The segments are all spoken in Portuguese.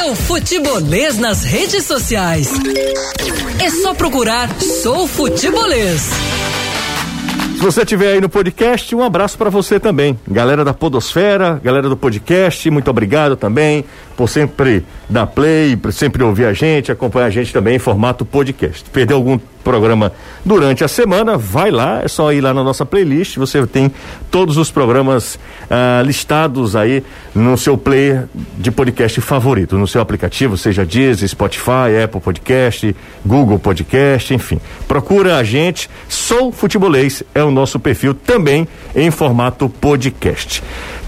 Seu futebolês nas redes sociais. É só procurar Sou Futebolês. Se você estiver aí no podcast, um abraço para você também. Galera da Podosfera, galera do podcast, muito obrigado também por sempre dar play, por sempre ouvir a gente, acompanhar a gente também em formato podcast. Perdeu algum programa durante a semana, vai lá, é só ir lá na nossa playlist, você tem todos os programas listados aí no seu player de podcast favorito, no seu aplicativo, seja Deezer, Spotify, Apple Podcast, Google Podcast, enfim. Procura a gente, Sou Futebolês é o nosso perfil também em formato podcast.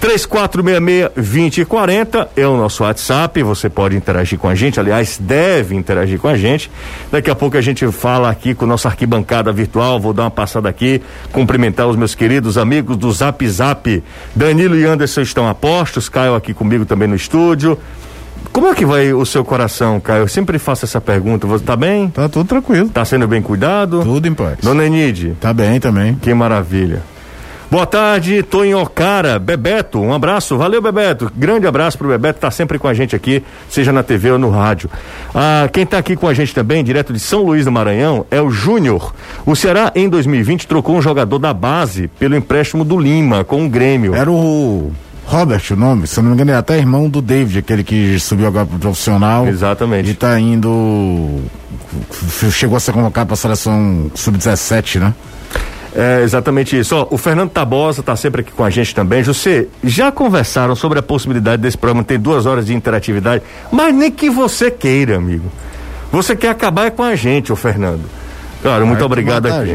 3466-2040 é o nosso WhatsApp, você pode interagir com a gente, aliás, deve interagir com a gente. Daqui a pouco a gente fala aqui com nossa arquibancada virtual, vou dar uma passada aqui, cumprimentar os meus queridos amigos do Zap Zap. Danilo e Anderson estão a postos, Caio aqui comigo também no estúdio. Como é que vai o seu coração, Caio? Eu sempre faço essa pergunta, você tá bem? Tá tudo tranquilo. Tá sendo bem cuidado? Tudo em paz. Dona Enide? Tá bem também. Que maravilha. Boa tarde, Tonho Ocara, Bebeto, um abraço, valeu Bebeto, grande abraço pro Bebeto, tá sempre com a gente aqui, seja na TV ou no rádio. Quem tá aqui com a gente também, direto de São Luís do Maranhão, é o Júnior. O Ceará em 2020 trocou um jogador da base pelo empréstimo do Lima com o Grêmio. Era o Robert o nome, se eu não me engano é até irmão do David, aquele que subiu agora pro profissional. Exatamente. E tá indo, chegou a ser convocado pra seleção sub-17, né? É exatamente isso. Ó, o Fernando Tabosa tá sempre aqui com a gente também. José, já conversaram sobre a possibilidade desse programa ter 2 horas de interatividade, mas nem que você queira, amigo. Você quer acabar com a gente, ô Fernando. Claro, muito obrigado aqui.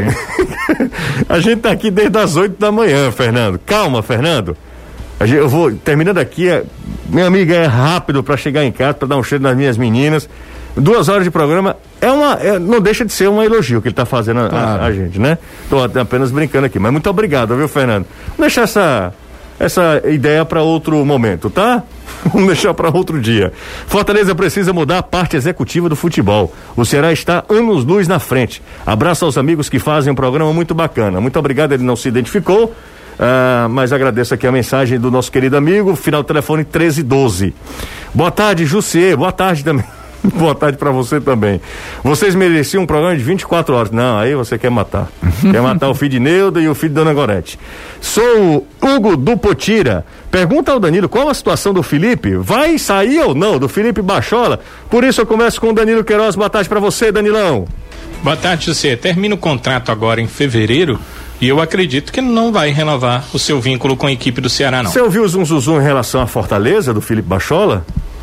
A gente tá aqui desde as 8 da manhã, Fernando. Calma, Fernando. Eu vou, terminando aqui, minha amiga, é rápido para chegar em casa, para dar um cheiro nas minhas meninas. 2 horas de programa não deixa de ser um elogio que ele tá fazendo a gente, né? Tô apenas brincando aqui, mas muito obrigado, viu, Fernando? Vamos deixar essa ideia para outro momento, tá? Vamos deixar para outro dia. Fortaleza precisa mudar a parte executiva do futebol. O Ceará está anos-luz na frente. Abraço aos amigos que fazem um programa muito bacana. Muito obrigado, ele não se identificou, mas agradeço aqui a mensagem do nosso querido amigo, final do telefone 1312. Boa tarde, Jussier, boa tarde também. Boa tarde pra você também. Vocês mereciam um programa de 24 horas. Não, aí você quer matar. Quer matar o filho de Neuda e o filho de Dona Gorete. Sou Hugo do Potira. Pergunta ao Danilo qual a situação do Felipe. Vai sair ou não do Felipe Bachola? Por isso eu começo com o Danilo Queiroz. Boa tarde pra você, Danilão. Boa tarde, José. Termina o contrato agora em fevereiro e eu acredito que não vai renovar o seu vínculo com a equipe do Ceará, não. Você ouviu o zum em relação à Fortaleza do Felipe Bachola?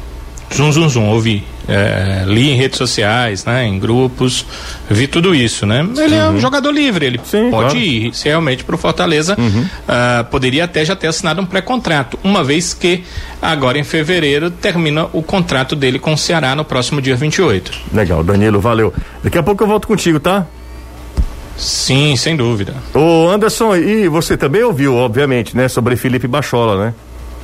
Ouvi, li em redes sociais, né, em grupos, vi tudo isso, né? Ele é um jogador livre, ele pode ir realmente pro Fortaleza, poderia até já ter assinado um pré-contrato, uma vez que agora em fevereiro termina o contrato dele com o Ceará no próximo dia 28. Legal, Danilo, valeu. Daqui a pouco eu volto contigo, tá? Sim, sem dúvida. Ô Anderson, e você também ouviu, obviamente, né, sobre Felipe Bachola, né?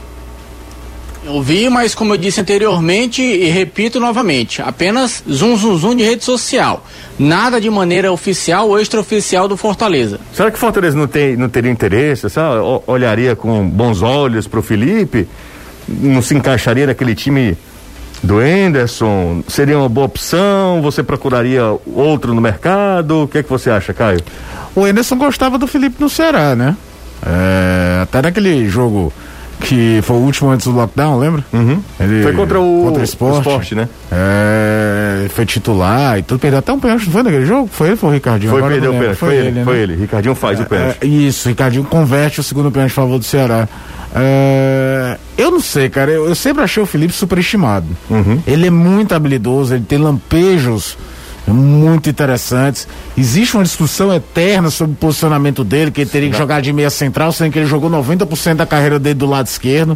Eu vi, mas como eu disse anteriormente e repito novamente, apenas zum de rede social, nada de maneira oficial ou extraoficial do Fortaleza. Será que o Fortaleza não teria interesse, sabe? Olharia com bons olhos pro Felipe? Não se encaixaria naquele time do Anderson? Seria uma boa opção? Você procuraria outro no mercado? O que é que você acha, Caio? O Anderson gostava do Felipe no Ceará, né? Até naquele jogo que foi o último antes do lockdown, lembra? Ele foi contra o Sport, né? Foi titular e tudo, perdeu até um pênalti, não foi naquele jogo? Foi ele ou foi o Ricardinho? Perdeu o pênalti, foi ele. Ricardinho faz o pênalti. Isso, Ricardinho converte o segundo pênalti a favor do Ceará. Eu não sei, cara, eu sempre achei o Felipe superestimado. Ele é muito habilidoso, ele tem lampejos muito interessantes. Existe uma discussão eterna sobre o posicionamento dele, que ele teria que jogar de meia central, sendo que ele jogou 90% da carreira dele do lado esquerdo.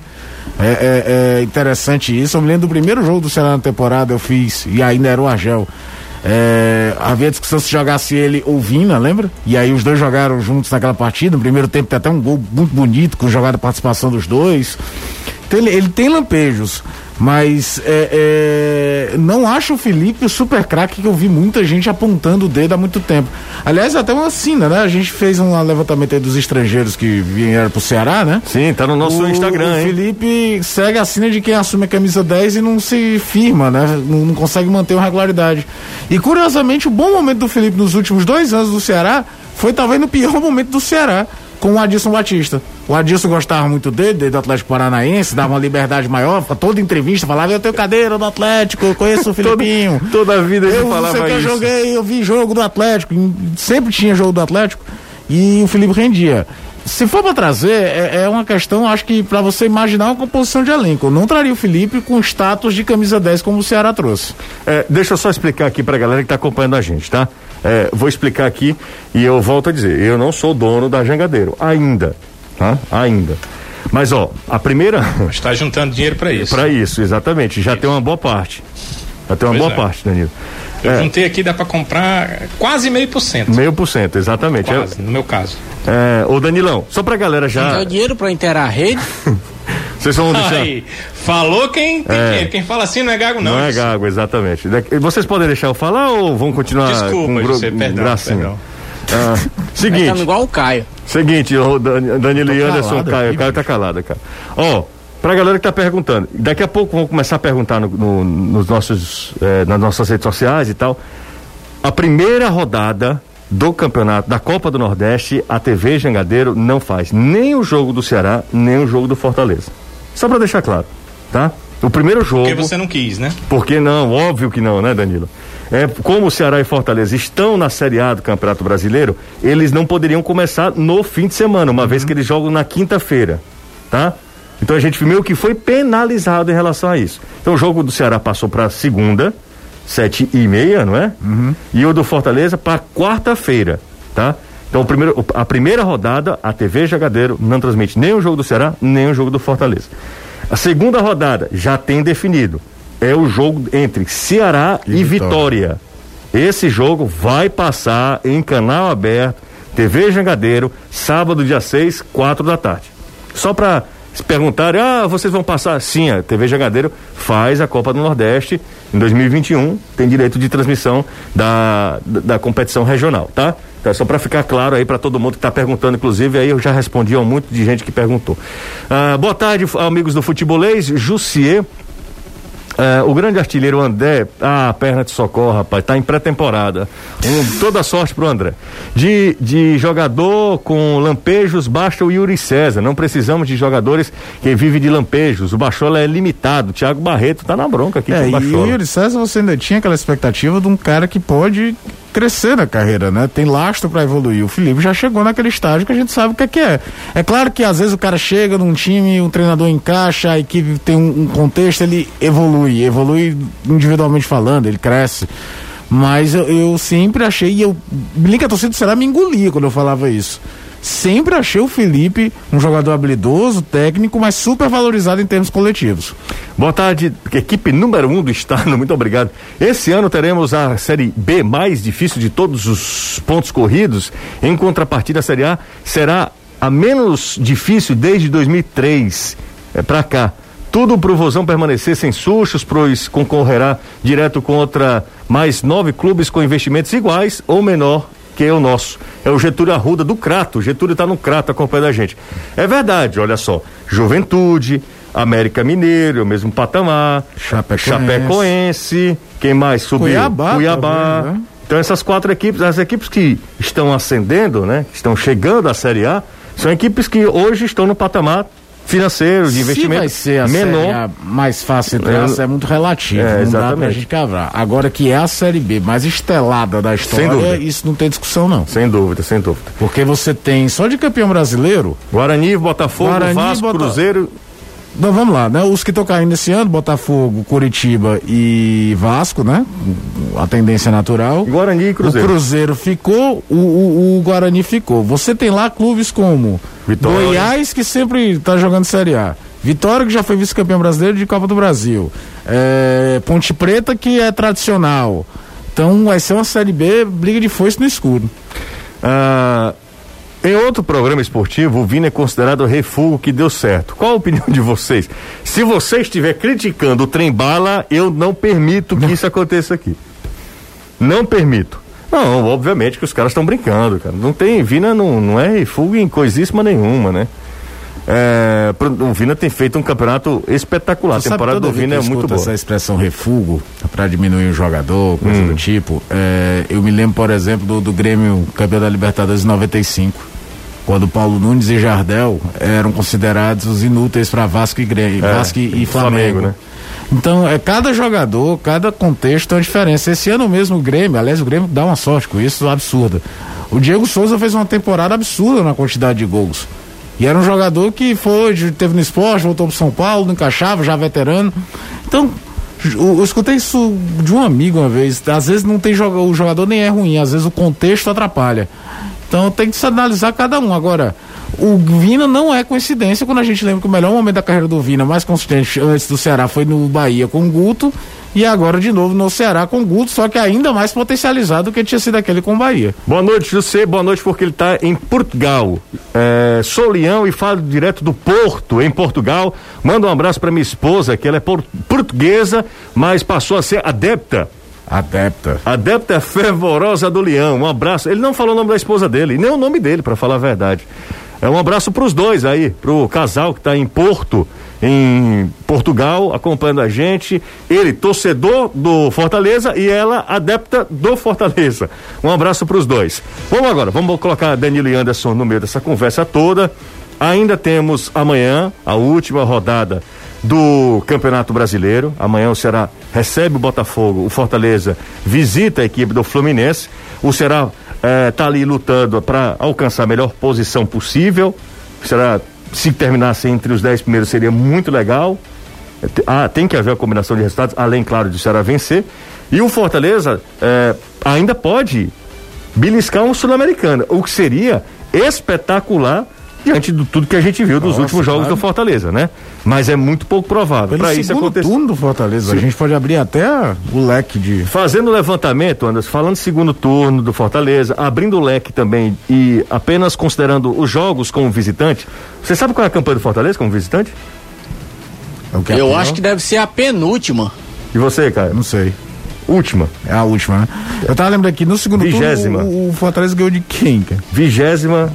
É interessante isso. Eu me lembro do primeiro jogo do Ceará na temporada, eu fiz, e ainda era o Argel. Havia discussão se jogasse ele ou Vina, lembra? E aí os dois jogaram juntos naquela partida. No primeiro tempo tem até um gol muito bonito, com jogada participação dos dois. Ele tem lampejos, mas não acho o Felipe o super craque que eu vi muita gente apontando o dedo há muito tempo. Aliás, até uma sina, né? A gente fez um levantamento aí dos estrangeiros que vieram pro Ceará, né? Sim, tá no nosso Instagram, hein? O Felipe segue a sina de quem assume a camisa 10 e não se firma, né? Não consegue manter uma regularidade. E curiosamente, o bom momento do Felipe nos últimos 2 anos do Ceará foi talvez no pior momento do Ceará, com o Adilson Batista. O Adilson gostava muito dele do Atlético Paranaense, dava uma liberdade maior, toda entrevista falava, eu tenho cadeira do Atlético, eu conheço o Filipinho. Toda a vida ele falava isso. Eu vi jogo do Atlético, sempre tinha jogo do Atlético, e o Felipe rendia. Se for para trazer, é uma questão, acho que para você imaginar uma composição de elenco. Eu não traria o Felipe com status de camisa 10 como o Ceará trouxe. Deixa eu só explicar aqui pra galera que tá acompanhando a gente, tá? Vou explicar aqui e eu volto a dizer, eu não sou dono da Jangadeiro, ainda, tá? Ainda. Mas a primeira... Está juntando dinheiro para isso. Para isso, exatamente. Já tem uma boa parte. Parte, Danilo. Eu juntei aqui, dá para comprar quase 0,5%. 0,5%, exatamente. Quase, no meu caso. Ô Danilão, só pra galera já... Tem dinheiro para inteirar a rede? Vocês vão deixar... Falou quem tem dinheiro. Quem fala assim não é gago, não. Não é gago, exatamente. Vocês podem deixar eu falar ou vão continuar? Desculpa, José, perdão. Seguinte. Estamos igual o Caio. Seguinte, o Danilo e Anderson, Caio tá calado, cara. Pra galera que tá perguntando, daqui a pouco vão começar a perguntar nos nossos, nas nossas redes sociais e tal. A primeira rodada do campeonato da Copa do Nordeste, a TV Jangadeiro não faz nem o jogo do Ceará, nem o jogo do Fortaleza. Só pra deixar claro, tá? O primeiro jogo... Porque você não quis, né? Porque não, óbvio que não, né, Danilo? Como o Ceará e Fortaleza estão na Série A do Campeonato Brasileiro, eles não poderiam começar no fim de semana, uma vez que eles jogam na quinta-feira, tá? Então a gente meio que foi penalizado em relação a isso. Então o jogo do Ceará passou para segunda, 7h30, não é? E o do Fortaleza para quarta-feira, tá? Então a primeira rodada, a TV Jangadeiro não transmite nem o jogo do Ceará, nem o jogo do Fortaleza. A segunda rodada já tem definido. É o jogo entre Ceará e Vitória. Esse jogo vai passar em canal aberto, TV Jangadeiro, sábado, dia 6, 4h. Só para se perguntarem, vocês vão passar? Sim, a TV Jangadeiro faz a Copa do Nordeste em 2021, tem direito de transmissão da competição regional, tá? Então é só para ficar claro aí para todo mundo que está perguntando, inclusive aí eu já respondi a um monte de gente que perguntou. Boa tarde, amigos do Futebolês, Jussier. O grande artilheiro André, perna de socorro, rapaz, tá em pré-temporada. Toda sorte pro André. De jogador com lampejos, basta o Yuri César. Não precisamos de jogadores que vivem de lampejos. O Bachola é limitado. Thiago Barreto tá na bronca aqui com o Bachola. E o Yuri César, você ainda tinha aquela expectativa de um cara que pode crescer na carreira, né? Tem lastro para evoluir. O Felipe já chegou naquele estágio que a gente sabe o que é. É claro que às vezes o cara chega num time, o treinador encaixa, a equipe tem um contexto, ele evolui individualmente falando, ele cresce. Mas eu sempre achei, e eu brinco que a torcida do Ceará me engolia quando eu falava isso. Sempre achei o Felipe um jogador habilidoso, técnico, mas super valorizado em termos coletivos. Boa tarde, equipe número 1 do estado, muito obrigado. Esse ano teremos a Série B mais difícil de todos os pontos corridos. Em contrapartida, a Série A será a menos difícil desde 2003 pra cá. Tudo pro Vozão permanecer sem sustos, pois concorrerá direto contra mais 9 clubes com investimentos iguais ou menor que é o nosso. É o Getúlio Arruda do Crato. O Getúlio tá no Crato acompanhando a gente. É verdade, olha só. Juventude, América Mineiro, o mesmo patamar, Chapecoense, quem mais subiu? Cuiabá. Também, né? Então essas 4 equipes, as equipes que estão ascendendo, né? Que estão chegando à Série A, são equipes que hoje estão no patamar financeiro, de investimento vai ser a menor. Série A mais fácil entre elas, é muito relativo, não exatamente. dá pra gente cavrar. Agora que é a Série B mais estelada da história, isso não tem discussão não. Sem dúvida. Porque você tem só de campeão brasileiro, Guarani, Botafogo, Vasco, Cruzeiro. Então vamos lá, né? Os que estão caindo esse ano, Botafogo, Coritiba e Vasco, né? A tendência natural. Guarani e Cruzeiro. O Cruzeiro ficou, o Guarani ficou. Você tem lá clubes como Vitória. Goiás, que sempre está jogando Série A. Vitória, que já foi vice-campeão brasileiro de Copa do Brasil. Ponte Preta, que é tradicional. Então vai ser uma Série B, briga de foice no escuro. Em outro programa esportivo, o Vina é considerado o refúgio que deu certo. Qual a opinião de vocês? Se você estiver criticando o trem-bala, eu não permito que isso aconteça aqui. Não permito. Não, obviamente que os caras estão brincando, cara. Não tem, Vina não é refúgio em coisíssima nenhuma, né? O Vina tem feito um campeonato espetacular. A temporada do Vina é muito boa. Essa expressão refúgio para diminuir o jogador, coisa do tipo. Eu me lembro, por exemplo, do Grêmio campeão da Libertadores em 95, quando Paulo Nunes e Jardel eram considerados inúteis para Vasco e Flamengo, né? Então, cada jogador, cada contexto tem uma diferença. Esse ano mesmo o Grêmio dá uma sorte com isso, absurda. O Diego Souza fez uma temporada absurda na quantidade de gols. E era um jogador que teve no Sport, voltou pro São Paulo, não encaixava, já veterano. Então, eu escutei isso de um amigo uma vez. Às vezes não tem o jogador nem é ruim, às vezes o contexto atrapalha. Então tem que se analisar cada um. Agora, o Vina não é coincidência quando a gente lembra que o melhor momento da carreira do Vina, mais consistente antes do Ceará, foi no Bahia com o Guto, e agora de novo no Ceará com o Guto, só que ainda mais potencializado do que tinha sido aquele com o Bahia. Boa noite, José, boa noite, porque ele está em Portugal. Sou Leão e falo direto do Porto, em Portugal. Manda um abraço para minha esposa, que ela é portuguesa, mas passou a ser adepta fervorosa do Leão. Um abraço. Ele não falou o nome da esposa dele, nem o nome dele, para falar a verdade. Um abraço pros dois aí, pro casal que tá em Porto, em Portugal, acompanhando a gente. Ele, torcedor do Fortaleza, e ela, adepta do Fortaleza. Um abraço pros dois. Vamos colocar Danilo e Anderson no meio dessa conversa toda. Ainda temos amanhã a última rodada do Campeonato Brasileiro. Amanhã o Ceará recebe o Botafogo, o Fortaleza visita a equipe do Fluminense. O Ceará tá ali lutando para alcançar a melhor posição possível. O Ceará, se terminasse entre os 10 primeiros, seria muito legal. Tem que haver a combinação de resultados, além, claro, de o Ceará vencer. E o Fortaleza ainda pode beliscar um Sul-Americano, o que seria espetacular diante de tudo que a gente viu dos últimos jogos do Fortaleza, né? Mas é muito pouco provável para isso acontecer. Turno do Fortaleza, sim. A gente pode abrir até o leque de... Fazendo o levantamento, Anderson, falando segundo turno do Fortaleza, abrindo o leque também e apenas considerando os jogos como visitante. Você sabe qual é a campanha do Fortaleza como visitante? Eu acho que deve ser a penúltima. E você, cara? Não sei. Última. É a última, né? Eu tava lembrando aqui, no segundo turno, o Fortaleza ganhou de quem, cara? 20ª.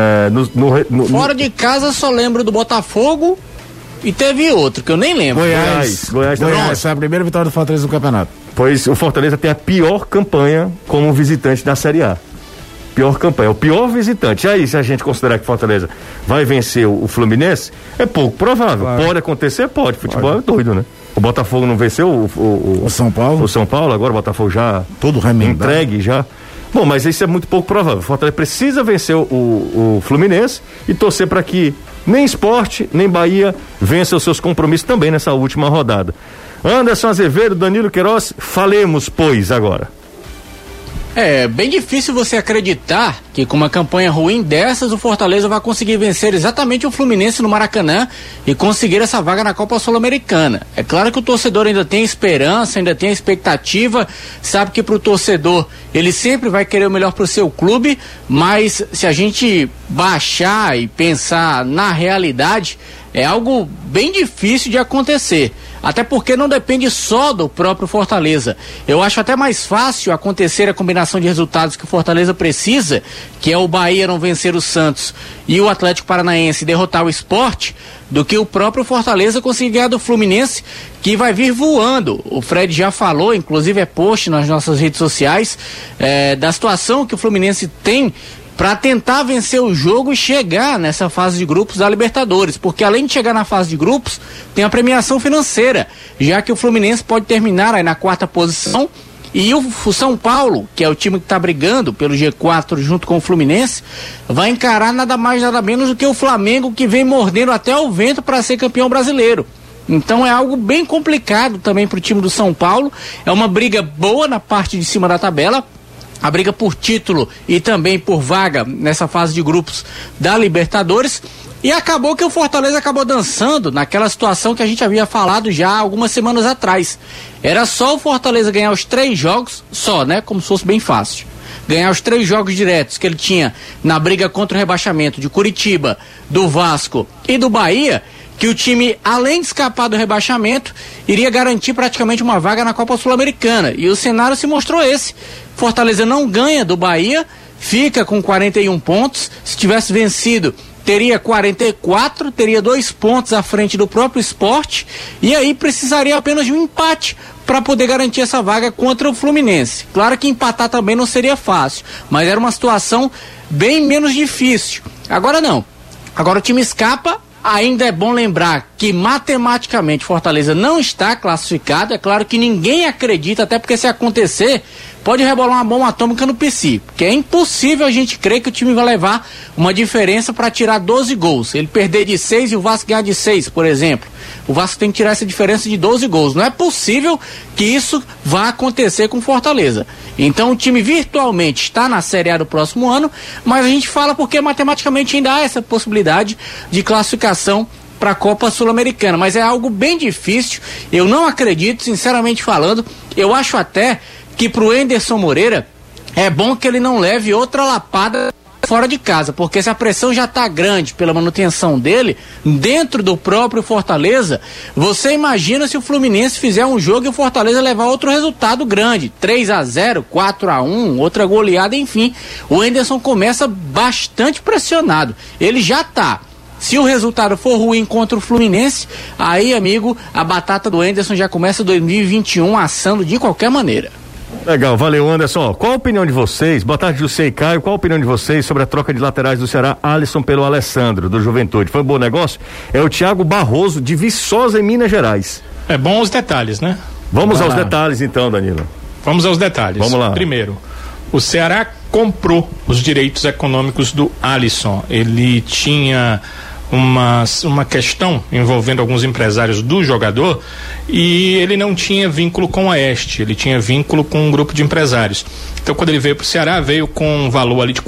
Fora de casa, só lembro do Botafogo e teve outro, que eu nem lembro. Goiás foi a primeira vitória do Fortaleza no campeonato. Pois o Fortaleza tem a pior campanha como visitante da Série A. Pior campanha, o pior visitante. E aí, se a gente considerar que Fortaleza vai vencer o Fluminense, é pouco provável. Claro. Pode acontecer? Pode. Futebol é doido, né? O Botafogo não venceu o São Paulo? O São Paulo, agora o Botafogo já todo remendado, entregue já. Bom, mas isso é muito pouco provável. O Fortaleza precisa vencer o Fluminense e torcer para que nem Sport, nem Bahia vençam os seus compromissos também nessa última rodada. Anderson Azevedo, Danilo Queiroz, falemos, pois, agora. É bem difícil você acreditar que com uma campanha ruim dessas o Fortaleza vai conseguir vencer exatamente o Fluminense no Maracanã e conseguir essa vaga na Copa Sul-Americana. É claro que o torcedor ainda tem esperança, ainda tem expectativa, sabe que pro torcedor ele sempre vai querer o melhor pro seu clube, mas se a gente baixar e pensar na realidade, é algo bem difícil de acontecer. Até porque não depende só do próprio Fortaleza. Eu acho até mais fácil acontecer a combinação de resultados que o Fortaleza precisa, que é o Bahia não vencer o Santos e o Atlético Paranaense derrotar o Sport, do que o próprio Fortaleza conseguir ganhar do Fluminense, que vai vir voando. O Fred já falou, inclusive é post nas nossas redes sociais, da situação que o Fluminense tem para tentar vencer o jogo e chegar nessa fase de grupos da Libertadores, porque além de chegar na fase de grupos, tem a premiação financeira, já que o Fluminense pode terminar aí na 4ª posição e o São Paulo, que é o time que está brigando pelo G4 junto com o Fluminense, vai encarar nada mais nada menos do que o Flamengo, que vem mordendo até o vento para ser campeão brasileiro. Então é algo bem complicado também para o time do São Paulo. É uma briga boa na parte de cima da tabela, a briga por título e também por vaga nessa fase de grupos da Libertadores. E acabou que o Fortaleza acabou dançando naquela situação que a gente havia falado já algumas semanas atrás. Era só o Fortaleza ganhar os 3 jogos, só, né? Como se fosse bem fácil. ganhar os 3 jogos diretos que ele tinha na briga contra o rebaixamento de Curitiba, do Vasco e do Bahia, que o time, além de escapar do rebaixamento, iria garantir praticamente uma vaga na Copa Sul-Americana. E o cenário se mostrou esse. Fortaleza não ganha do Bahia, fica com 41 pontos. Se tivesse vencido, teria 44, teria 2 pontos à frente do próprio Sport, e aí precisaria apenas de um empate para poder garantir essa vaga contra o Fluminense. Claro que empatar também não seria fácil, mas era uma situação bem menos difícil. Agora não. Agora o time escapa. Ainda é bom lembrar que matematicamente Fortaleza não está classificado. É claro que ninguém acredita, até porque se acontecer, pode rebolar uma bomba atômica no PC, porque é impossível a gente crer que o time vai levar uma diferença para tirar 12 gols. Ele perder de 6 e o Vasco ganhar de 6, por exemplo. O Vasco tem que tirar essa diferença de 12 gols. Não é possível que isso vá acontecer com Fortaleza. Então o time virtualmente está na Série A do próximo ano, mas a gente fala porque matematicamente ainda há essa possibilidade de classificação para a Copa Sul-Americana, mas é algo bem difícil. Eu não acredito, sinceramente falando. Eu acho até que pro Anderson Moreira é bom que ele não leve outra lapada fora de casa, porque se a pressão já está grande pela manutenção dele dentro do próprio Fortaleza, você imagina se o Fluminense fizer um jogo e o Fortaleza levar outro resultado grande, 3-0, 4-1, outra goleada, enfim. O Anderson começa bastante pressionado. Ele já está. Se o resultado for ruim contra o Fluminense, aí, amigo, a batata do Anderson já começa 2021 assando de qualquer maneira. Legal, valeu, Anderson. Qual a opinião de vocês? Boa tarde, José e Caio. Qual a opinião de vocês sobre a troca de laterais do Ceará, Alisson pelo Alessandro, do Juventude? Foi um bom negócio? É o Thiago Barroso, de Viçosa, em Minas Gerais. É bom os detalhes, né? Vamos aos detalhes, então, Danilo. Vamos aos detalhes. Vamos lá. Primeiro, o Ceará comprou os direitos econômicos do Alisson. Ele tinha uma questão envolvendo alguns empresários do jogador e ele não tinha vínculo com a Este, ele tinha vínculo com um grupo de empresários. Então, quando ele veio para o Ceará, veio com um valor ali de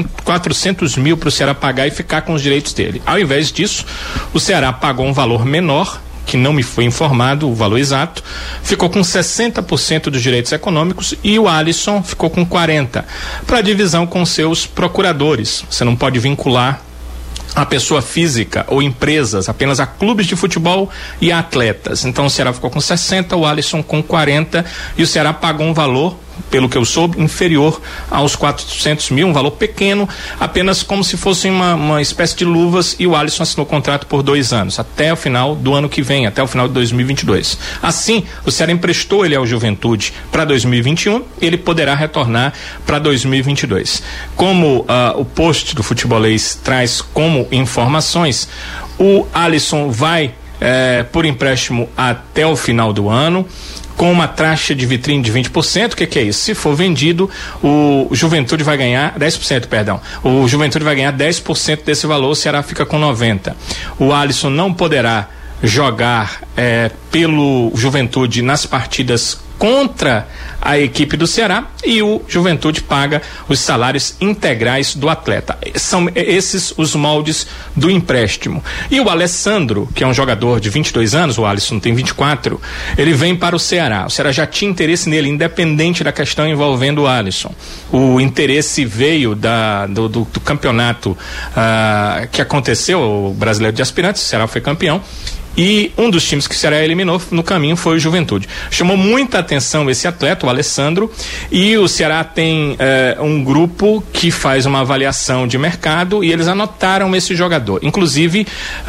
400 mil para o Ceará pagar e ficar com os direitos dele. Ao invés disso, o Ceará pagou um valor menor, que não me foi informado o valor exato, ficou com 60% dos direitos econômicos e o Alisson ficou com 40%, para divisão com seus procuradores. Você não pode vincular a pessoa física ou empresas apenas a clubes de futebol e a atletas. Então o Ceará ficou com 60%, o Alisson com 40%, e o Ceará pagou um valor, pelo que eu soube, inferior aos 400 mil, um valor pequeno, apenas como se fosse uma espécie de luvas, e o Alisson assinou o contrato por 2 anos, até o final do ano que vem, até o final de 2022. Assim, o Ceará emprestou ele ao Juventude para 2021, ele poderá retornar para 2022. Como o post do Futebolês traz como informações, o Alisson vai por empréstimo até o final do ano, com uma taxa de vitrine de 20%. O que é isso? Se for vendido, o Juventude vai ganhar 10%, perdão. O Juventude vai ganhar 10% desse valor, o Ceará fica com 90%. O Alisson não poderá jogar pelo Juventude nas partidas contra a equipe do Ceará, e o Juventude paga os salários integrais do atleta. São esses os moldes do empréstimo. E o Alessandro, que é um jogador de 22 anos, o Alisson tem 24, ele vem para o Ceará. O Ceará já tinha interesse nele, independente da questão envolvendo o Alisson. O interesse veio do campeonato que aconteceu, o Brasileiro de Aspirantes, o Ceará foi campeão, e um dos times que o Ceará eliminou no caminho foi o Juventude. Chamou muita atenção esse atleta, o Alessandro, e o Ceará tem um grupo que faz uma avaliação de mercado e eles anotaram esse jogador. Inclusive,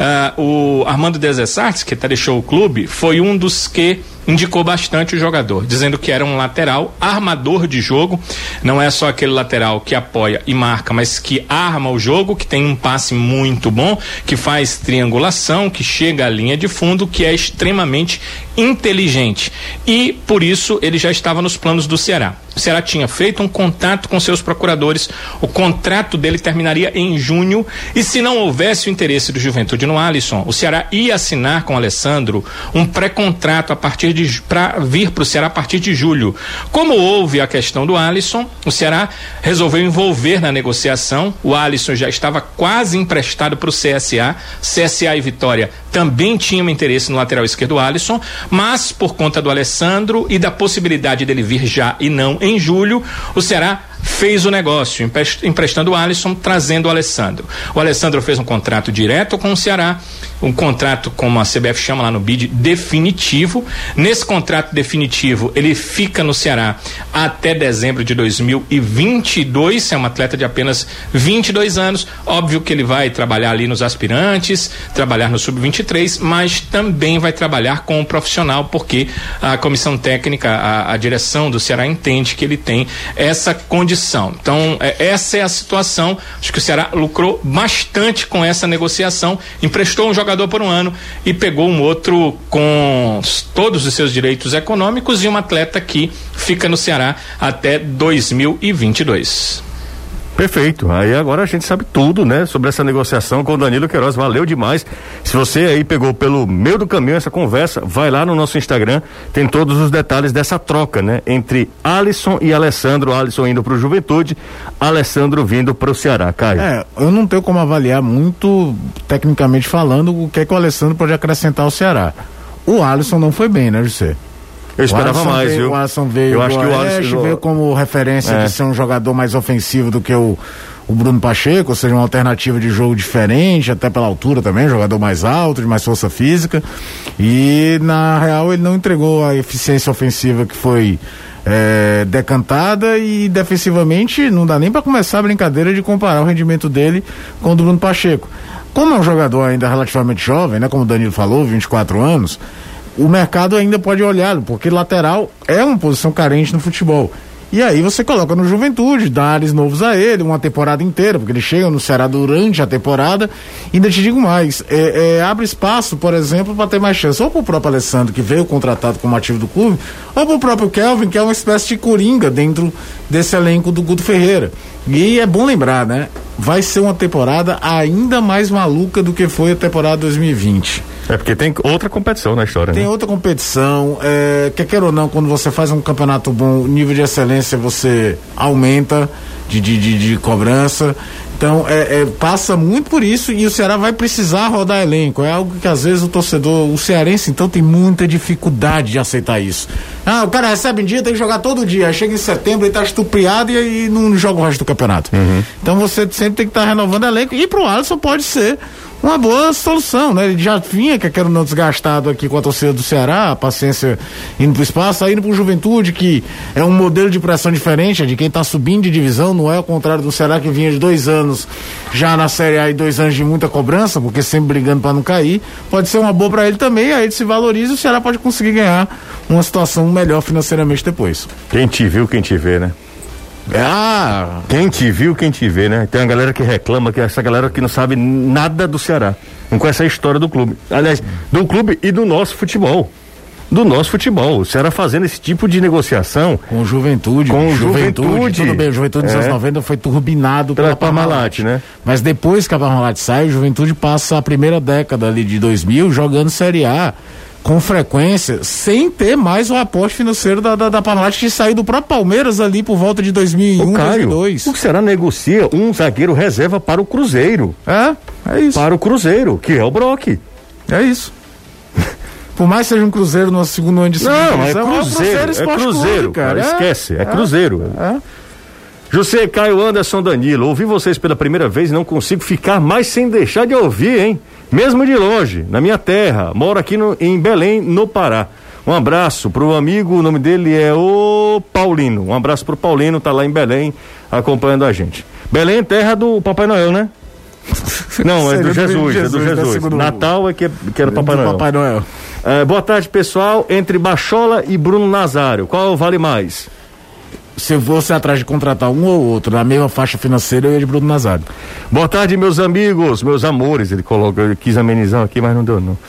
o Armando Desessartes, que até deixou o clube, foi um dos que indicou bastante o jogador, dizendo que era um lateral armador de jogo, não é só aquele lateral que apoia e marca, mas que arma o jogo, que tem um passe muito bom, que faz triangulação, que chega à linha de fundo, que é extremamente inteligente, e por isso ele já estava nos planos do Ceará. O Ceará tinha feito um contato com seus procuradores, o contrato dele terminaria em junho, e se não houvesse o interesse do Juventude no Alisson, o Ceará ia assinar com o Alessandro um pré-contrato para vir para o Ceará a partir de julho. Como houve a questão do Alisson, o Ceará resolveu envolver na negociação. O Alisson já estava quase emprestado para o CSA e Vitória também tinham interesse no lateral esquerdo Alisson, mas por conta do Alessandro e da possibilidade dele vir já e não em julho, o Ceará fez o negócio, emprestando o Alisson, trazendo o Alessandro. O Alessandro fez um contrato direto com o Ceará, um contrato, como a CBF chama lá no BID, definitivo. Nesse contrato definitivo, ele fica no Ceará até dezembro de 2022, é um atleta de apenas 22 anos, óbvio que ele vai trabalhar ali nos aspirantes, trabalhar no sub-23, mas também vai trabalhar com o profissional, porque a comissão técnica, a direção do Ceará entende que ele tem essa condição. Então, essa é a situação. Acho que o Ceará lucrou bastante com essa negociação, emprestou um jogador por um ano e pegou um outro com todos os seus direitos econômicos e um atleta que fica no Ceará até 2022. Perfeito, aí agora a gente sabe tudo, né, sobre essa negociação com o Danilo Queiroz, valeu demais. Se você aí pegou pelo meio do caminho essa conversa, vai lá no nosso Instagram, tem todos os detalhes dessa troca, né, entre Alisson e Alessandro, Alisson indo pro Juventude, Alessandro vindo pro Ceará, Caio. Eu não tenho como avaliar muito, tecnicamente falando, o que é que o Alessandro pode acrescentar ao Ceará. O Alisson não foi bem, né, José? Eu esperava mais, viu? O Alisson veio, eu acho que o Alisson veio como referência de ser um jogador mais ofensivo do que o Bruno Pacheco, ou seja, uma alternativa de jogo diferente, até pela altura também, jogador mais alto, de mais força física, e na real ele não entregou a eficiência ofensiva que foi decantada, e defensivamente não dá nem para começar a brincadeira de comparar o rendimento dele com o do Bruno Pacheco. Como é um jogador ainda relativamente jovem, né, como o Danilo falou, 24 anos, o mercado ainda pode olhar, porque lateral é uma posição carente no futebol. E aí você coloca no Juventude, dá ares novos a ele, uma temporada inteira, porque ele chega no Ceará durante a temporada. E ainda te digo mais, abre espaço, por exemplo, para ter mais chance, ou pro próprio Alessandro, que veio contratado como ativo do clube, ou pro próprio Kelvin, que é uma espécie de coringa dentro desse elenco do Guto Ferreira. E é bom lembrar, né? Vai ser uma temporada ainda mais maluca do que foi a temporada 2020. Porque tem outra competição na história, Tem outra competição, quer ou não, quando você faz um campeonato bom, o nível de excelência você aumenta de cobrança. Então, passa muito por isso, e o Ceará vai precisar rodar elenco. É algo que às vezes o cearense, então, tem muita dificuldade de aceitar isso. O cara recebe um dia, tem que jogar todo dia. Aí chega em setembro, ele tá estupriado e aí não joga o resto do campeonato. Então você sempre tem que estar renovando elenco, e pro Alisson pode ser uma boa solução, né? Ele já vinha, que era não desgastado aqui com a torcida do Ceará, a paciência indo pro espaço, aí indo pro Juventude, que é um modelo de pressão diferente, é de quem tá subindo de divisão, não é ao contrário do Ceará, que vinha de 2 anos já na Série A e 2 anos de muita cobrança, porque sempre brigando para não cair. Pode ser uma boa para ele também, aí ele se valoriza e o Ceará pode conseguir ganhar uma situação melhor financeiramente depois. Quem te viu, quem te vê, né? Quem te viu, quem te vê, né? Tem uma galera que reclama, que essa galera que não sabe nada do Ceará, não conhece a história do clube, aliás, do clube e do nosso futebol. O Ceará fazendo esse tipo de negociação com o Juventude. Tudo bem, o Juventude dos anos 90 foi turbinado pela Parmalat, né? Mas depois que a Parmalat sai, o Juventude passa a primeira década ali de 2000 jogando Série A com frequência, sem ter mais o aporte financeiro da Parmalat, que saiu do próprio Palmeiras ali por volta de 2001, 2002. O Ceará negocia um zagueiro reserva para o Cruzeiro. É isso. Para o Cruzeiro, que é o Brock. É isso. Por mais que seja um Cruzeiro no segundo ano de segunda divisão, é Cruzeiro, cara. Esquece, é Cruzeiro. José, Caio, Anderson, Danilo, ouvi vocês pela primeira vez e não consigo ficar mais sem deixar de ouvir, hein? Mesmo de longe, na minha terra, moro aqui em Belém, no Pará. Um abraço pro amigo, o nome dele é o Paulino. Um abraço pro Paulino, tá lá em Belém, acompanhando a gente. Belém é terra do Papai Noel, né? Não, é do Jesus. Natal é que era Papai Noel. Boa tarde, pessoal. Entre Bachola e Bruno Nazário, qual vale mais? Se eu fosse atrás de contratar um ou outro na mesma faixa financeira, eu ia de Bruno Nazário. Boa tarde, meus amigos, meus amores, ele quis amenizar aqui, mas não deu não.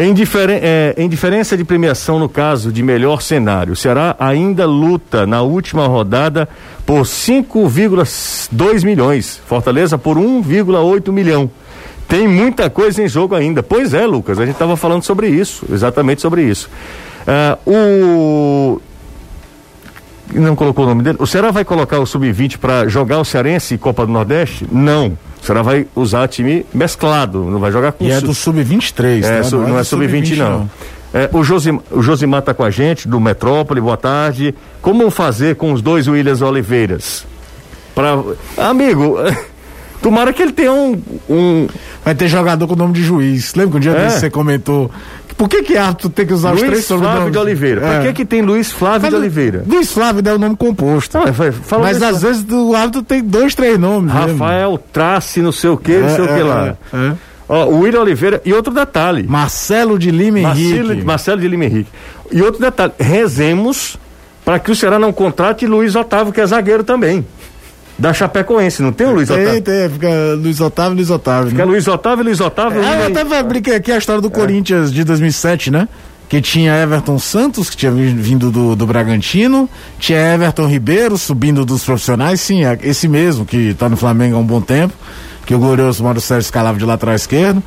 Em diferença de premiação no caso de melhor cenário, o Ceará ainda luta na última rodada por 5,2 milhões, Fortaleza por 1,8 milhão. Tem muita coisa em jogo ainda. Pois é, Lucas, a gente estava falando sobre isso, exatamente sobre isso. Não colocou o nome dele. O Ceará vai colocar o Sub-20 para jogar o Cearense e Copa do Nordeste? Não. O Ceará vai usar time mesclado, não vai jogar com... E é do Sub-23, né? Não é Sub-20 não. O Josimar está com a gente, do Metrópole, boa tarde. Como fazer com os 2 Williams Oliveiras? Amigo, tomara que ele tenha Vai ter jogador com o nome de juiz. Lembra que um dia desse você comentou? Por que árbitro tem que usar Luiz os três sobrenomes? Flávio de Oliveira. Por que tem Luiz Flávio de Oliveira? Luiz Flávio é o nome composto. Não, mas às vezes o árbitro tem 2, 3 nomes. Rafael Trace, não sei o que, não sei o que lá. Ó, o William Oliveira, e outro detalhe. Marcelo de Lima Henrique. Marcelo de Lima Henrique. E outro detalhe, rezemos para que o Ceará não contrate Luiz Otávio, que é zagueiro também. Da Chapecoense, não tem o Luiz Otávio? Tem, fica Luiz Otávio. Fica Luiz Otávio. Eu até brinquei aqui a história do Corinthians de 2007, né? Que tinha Everton Santos, que tinha vindo do Bragantino, tinha Everton Ribeiro subindo dos profissionais, sim, esse mesmo, que tá no Flamengo há um bom tempo, que o glorioso Mauro Sérgio escalava de lateral esquerdo.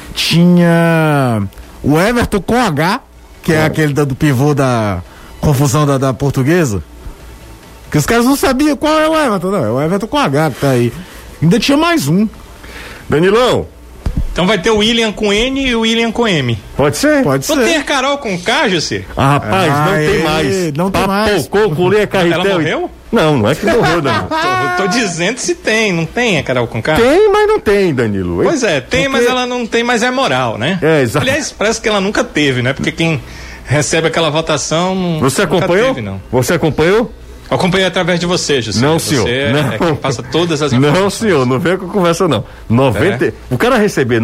Tinha o Everton com H, que é aquele do pivô da confusão da Portuguesa. Que os caras não sabiam qual é o Everton, não. É o Everton com H que tá aí. Ainda tinha mais um. Danilão. Então vai ter o William com N e o William com M. Pode ser? Pode ser. Não tem a Carol com K, José? Rapaz, não tem mais. Não tem mais. Ela morreu? Não é que morreu, Danilo. Tô dizendo se tem, não tem a Carol com K? Tem, mas não tem, Danilo. Pois é, tem, mas ela não tem, mas é moral, né? Exato. Aliás, parece que ela nunca teve, né? Porque quem recebe aquela votação Você acompanhou? Nunca teve, não. Você acompanhou? Eu acompanhei através de você, José. Não, senhor. Você não. É quem passa todas as informações. Não, senhor, não venha com conversa, não. O cara receber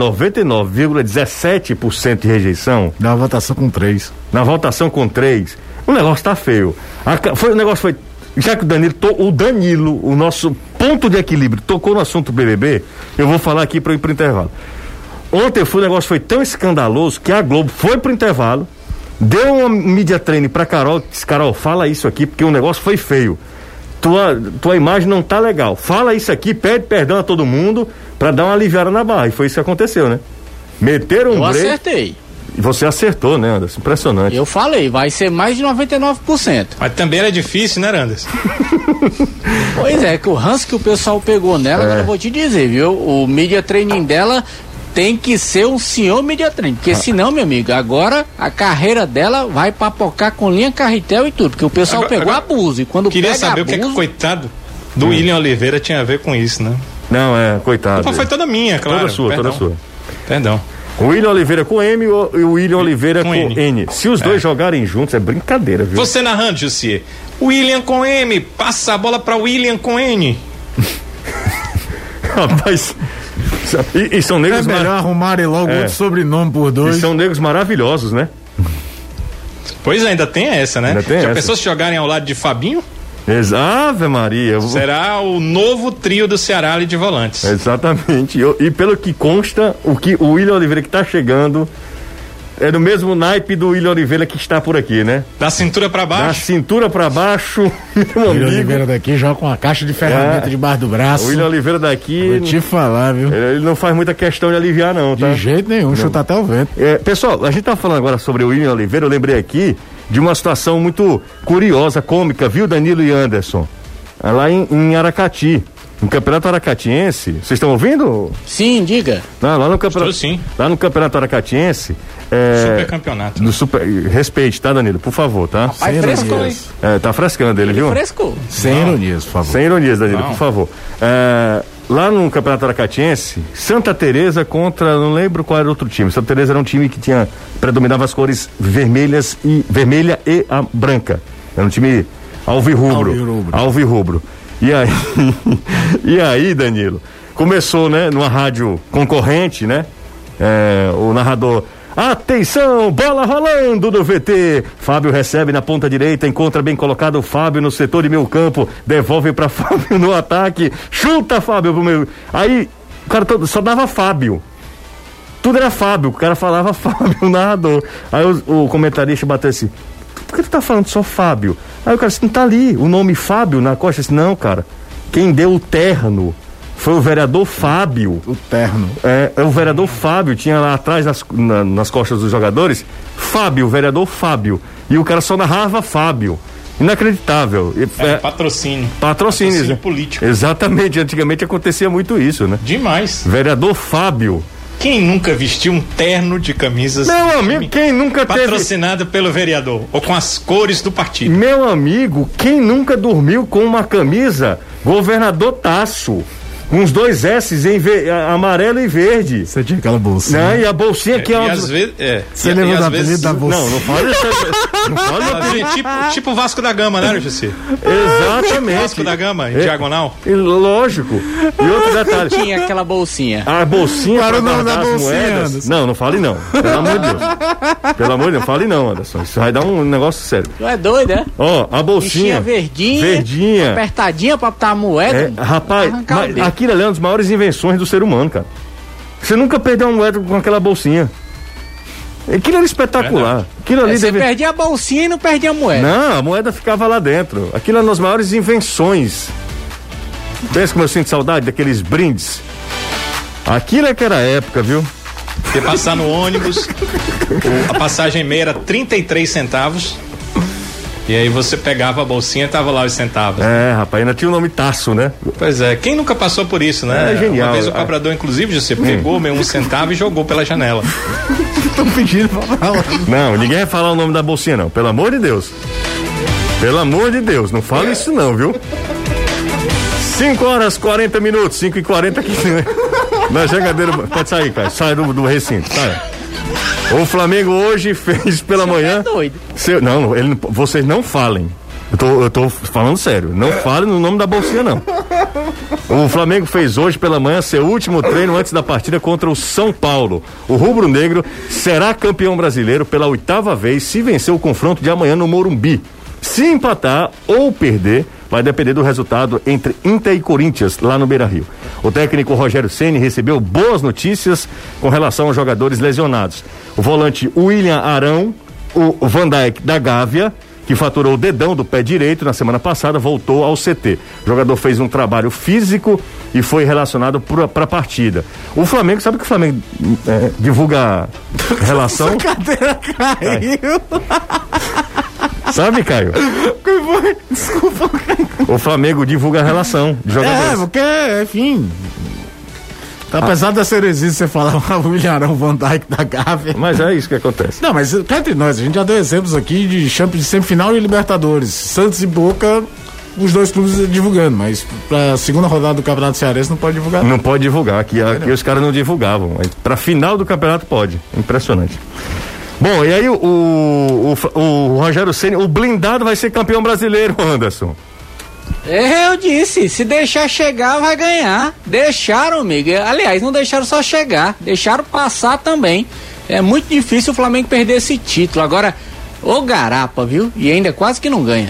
99,17% de rejeição. Na votação com 3. Na votação com 3, o negócio tá feio. O negócio foi. Já que o Danilo, o nosso ponto de equilíbrio, tocou no assunto BBB, eu vou falar aqui para ir pro intervalo. Ontem o negócio foi tão escandaloso que a Globo foi pro intervalo. Deu uma media training pra Carol, disse: Carol, fala isso aqui, porque o negócio foi feio. Tua imagem não tá legal. Fala isso aqui, pede perdão a todo mundo pra dar uma aliviada na barra. E foi isso que aconteceu, né? Meteram um break. Eu acertei. E você acertou, né, Anderson? Impressionante. Eu falei, vai ser mais de 99%. Mas também era difícil, né, Anderson? Pois é, que o ranço que o pessoal pegou nela, eu vou te dizer, viu? O media training dela tem que ser um senhor media training, porque senão, meu amigo, agora a carreira dela vai papocar com linha carretel e tudo, porque o pessoal pegou abuso, e quando queria pega saber abuso, o que é que coitado do William Oliveira tinha a ver com isso, né? Não, coitado. Então foi toda minha, claro. Toda sua. Perdão. O William Oliveira com M e o William Oliveira com N. Se os dois jogarem juntos, é brincadeira, viu? Você narrando, José. William com M, passa a bola pra William com N. Rapaz... E são negros. É melhor arrumarem logo outro sobrenome por 2. E são negros maravilhosos, né? Pois ainda tem essa, né? Ainda tem essa. Pessoas jogarem ao lado de Fabinho? Ave Maria. Será o novo trio do Ceará ali de volantes. Exatamente. E pelo que consta, o William Oliveira que tá chegando é do mesmo naipe do William Oliveira que está por aqui, né? Da cintura pra baixo? Da cintura pra baixo, meu William Oliveira daqui joga com uma caixa de ferramenta debaixo do braço. O William Oliveira daqui... Vou te falar, viu? Ele não faz muita questão de aliviar, não, tá? De jeito nenhum, chuta até o vento. Pessoal, a gente tá falando agora sobre o William Oliveira, eu lembrei aqui de uma situação muito curiosa, cômica, viu, Danilo e Anderson? Lá em Aracati. No Campeonato Aracatiense, vocês estão ouvindo? Sim, diga. Não, lá no Campeonato, sim. Lá no Campeonato Aracatiense. Super campeonato. Respeite, tá, Danilo? Por favor, tá? Rapaz, frescou, hein? Tá frescando ele, viu? Frescou. Sem ironias, por favor. Sem ironias, Danilo, por favor. Lá no Campeonato Aracatiense, Santa Teresa contra, não lembro qual era o outro time. Santa Teresa era um time que predominava as cores vermelha e a branca. Era um time alvirrubro. E aí, Danilo, começou, né, numa rádio concorrente, né? O narrador: atenção, bola rolando do VT. Fábio recebe na ponta direita, encontra bem colocado o Fábio no setor de meio campo, devolve pra Fábio no ataque, chuta Fábio pro meio. Aí, o cara só dava Fábio. Tudo era Fábio, o cara falava Fábio, o narrador. Aí o comentarista bateu assim: por que tu tá falando só Fábio? Aí o cara disse: não tá ali o nome Fábio na costa? Eu disse: não, cara, quem deu o terno foi o vereador Fábio. O terno. É o vereador Fábio, tinha lá atrás nas costas dos jogadores, Fábio, o vereador Fábio. E o cara só narrava Fábio. Inacreditável. Patrocínio político. Exatamente, antigamente acontecia muito isso, né? Demais. Vereador Fábio. Quem nunca vestiu um terno de camisas? Meu amigo, quem nunca patrocinado pelo vereador, ou com as cores do partido? Meu amigo, quem nunca dormiu com uma camisa Governador Tasso. Uns 2 S's em amarelo e verde. Você tinha aquela bolsinha. Não, e a bolsinha aqui é às vezes. Você lembra do apelido da bolsinha? Não fala isso. Não fala tipo Vasco da Gama, né, Jussi? Exatamente. Vasco da Gama, em diagonal. Lógico. E outro detalhe. Tinha aquela bolsinha. A bolsinha para para o nome da guardar as bolsinha, moedas. Anderson. Não fale não. Pelo amor de Deus. Pelo amor de Deus, não fale não, Anderson. Isso vai dar um negócio sério. Tu é doido, é? Ó, a bolsinha. Verdinha. Apertadinha pra botar a moeda. Rapaz, aquilo ali é uma das maiores invenções do ser humano, cara. Você nunca perdeu uma moeda com aquela bolsinha. Aquilo era espetacular. Aquilo ali você perdia a bolsinha e não perdia a moeda. Não, a moeda ficava lá dentro. Aquilo é uma das maiores invenções. Pensa como eu sinto saudade daqueles brindes. Aquilo é que era a época, viu? Você passar no ônibus, a passagem meia era 33 centavos. E aí você pegava a bolsinha e tava lá os centavos. Rapaz, ainda tinha o nome Tasso, né? Pois é, quem nunca passou por isso, né? É genial. Uma vez o cobrador, inclusive, você pegou meu 1 centavo e jogou pela janela. Estão pedindo pra falar. Não, ninguém vai falar o nome da bolsinha, não. Pelo amor de Deus. Pelo amor de Deus, não fala isso não, viu? 5h40, 5h40 aqui, né? Na jogadeira. Pode sair, cara. Sai do recinto, sai. O Flamengo hoje fez pela manhã. É doido. Vocês não falem. Eu tô falando sério. Não falem no nome da bolsinha, não. O Flamengo fez hoje pela manhã seu último treino antes da partida contra o São Paulo. O rubro-negro será campeão brasileiro pela 8ª vez se vencer o confronto de amanhã no Morumbi. Se empatar ou perder, vai depender do resultado entre Inter e Corinthians, lá no Beira-Rio. O técnico Rogério Ceni recebeu boas notícias com relação aos jogadores lesionados. O volante William Arão, o Van Dijk da Gávea, que faturou o dedão do pé direito na semana passada, voltou ao CT. O jogador fez um trabalho físico e foi relacionado para a partida. O Flamengo, sabe que o Flamengo divulga relação? Essa cadeira caiu. Sabe, Caio? Desculpa. O Flamengo divulga a relação de jogadores. Porque, enfim. Apesar da cerezice você falar o William Arão, Van Dijk da Gávea. Mas é isso que acontece. Não, mas cá entre nós, a gente já deu exemplos aqui de semifinal e Libertadores. Santos e Boca, os dois clubes divulgando, mas pra segunda rodada do Campeonato Cearense não pode divulgar. Não pode divulgar, aqui os caras não divulgavam. Pra final do campeonato pode. Impressionante. Bom, e aí o Rogério Ceni, o blindado vai ser campeão brasileiro, Anderson. Eu disse, se deixar chegar, vai ganhar. Deixaram, amigo. Aliás, não deixaram só chegar, deixaram passar também. É muito difícil o Flamengo perder esse título. Agora, ô garapa, viu? E ainda quase que não ganha.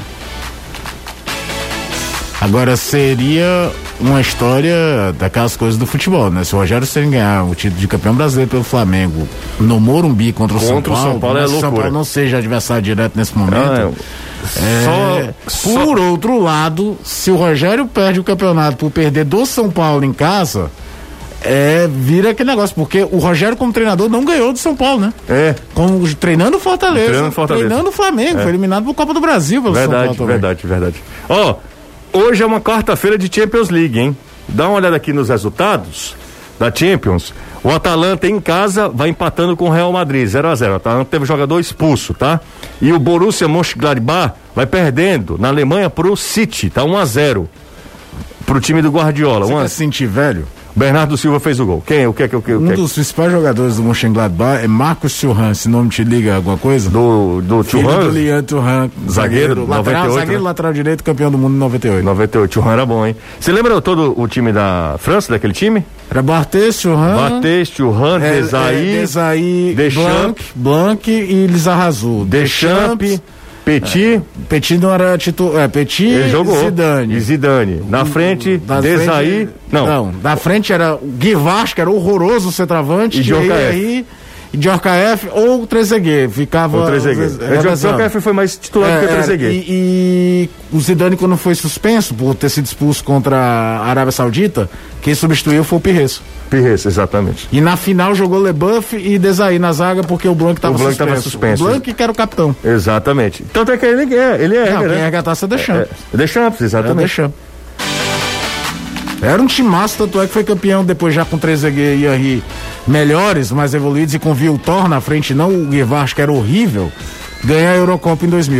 Agora, seria uma história daquelas coisas do futebol, né? Se o Rogério Ceni ganhar o título de campeão brasileiro pelo Flamengo no Morumbi contra o São Paulo, São Paulo é loucura. São Paulo não seja adversário direto nesse momento. Por outro lado, se o Rogério perde o campeonato por perder do São Paulo em casa, vira aquele negócio, porque o Rogério como treinador não ganhou do São Paulo, né? Treinando o Fortaleza, treinando o Flamengo, foi eliminado por Copa do Brasil pelo São Paulo também. Verdade. Hoje é uma quarta-feira de Champions League, hein? Dá uma olhada aqui nos resultados da Champions. O Atalanta em casa vai empatando com o Real Madrid, 0-0. O Atalanta teve jogador expulso, tá? E o Borussia Mönchengladbach vai perdendo na Alemanha pro City, tá? 1-0 pro time do Guardiola. Você quer sentir velho? Bernardo Silva fez o gol. O que? Um dos principais jogadores do Mönchengladbach é Marcos Thuram. Esse nome te liga alguma coisa? Do Thuram? Do Lian Thuram. Zagueiro, 98. Zagueiro lateral direito, campeão do mundo em 98. 98, Thuram era bom, hein? Você lembra todo o time da França, daquele time? Era Barthez, Thuram, Desailly, Blanc e Lizarrazu. Deschamps, Petit não era titular. Petit e Zidane. Na frente, Desailly. Não, da frente era o Guivarch, que era horroroso o centroavante. E Djorkaeff ou Trezeguet. Ficava. O Djorkaeff foi mais titular do que o Trezeguet. E o Zidane, quando foi suspenso, por ter sido expulso contra a Arábia Saudita, quem substituiu foi o Pires, exatamente. E na final jogou Leboeuf e Desailly na zaga, porque o Blanc estava suspenso. O Blanc que era o capitão. Exatamente. Tanto é que ele quem a taça é Deschamps. Deschamps, exatamente. Era um timaço, tanto é que foi campeão depois já com Trezeguet e Henry melhores, mais evoluídos, e com Viltor na frente, não o Guivarch, que era horrível, ganhar a Eurocopa em 2000.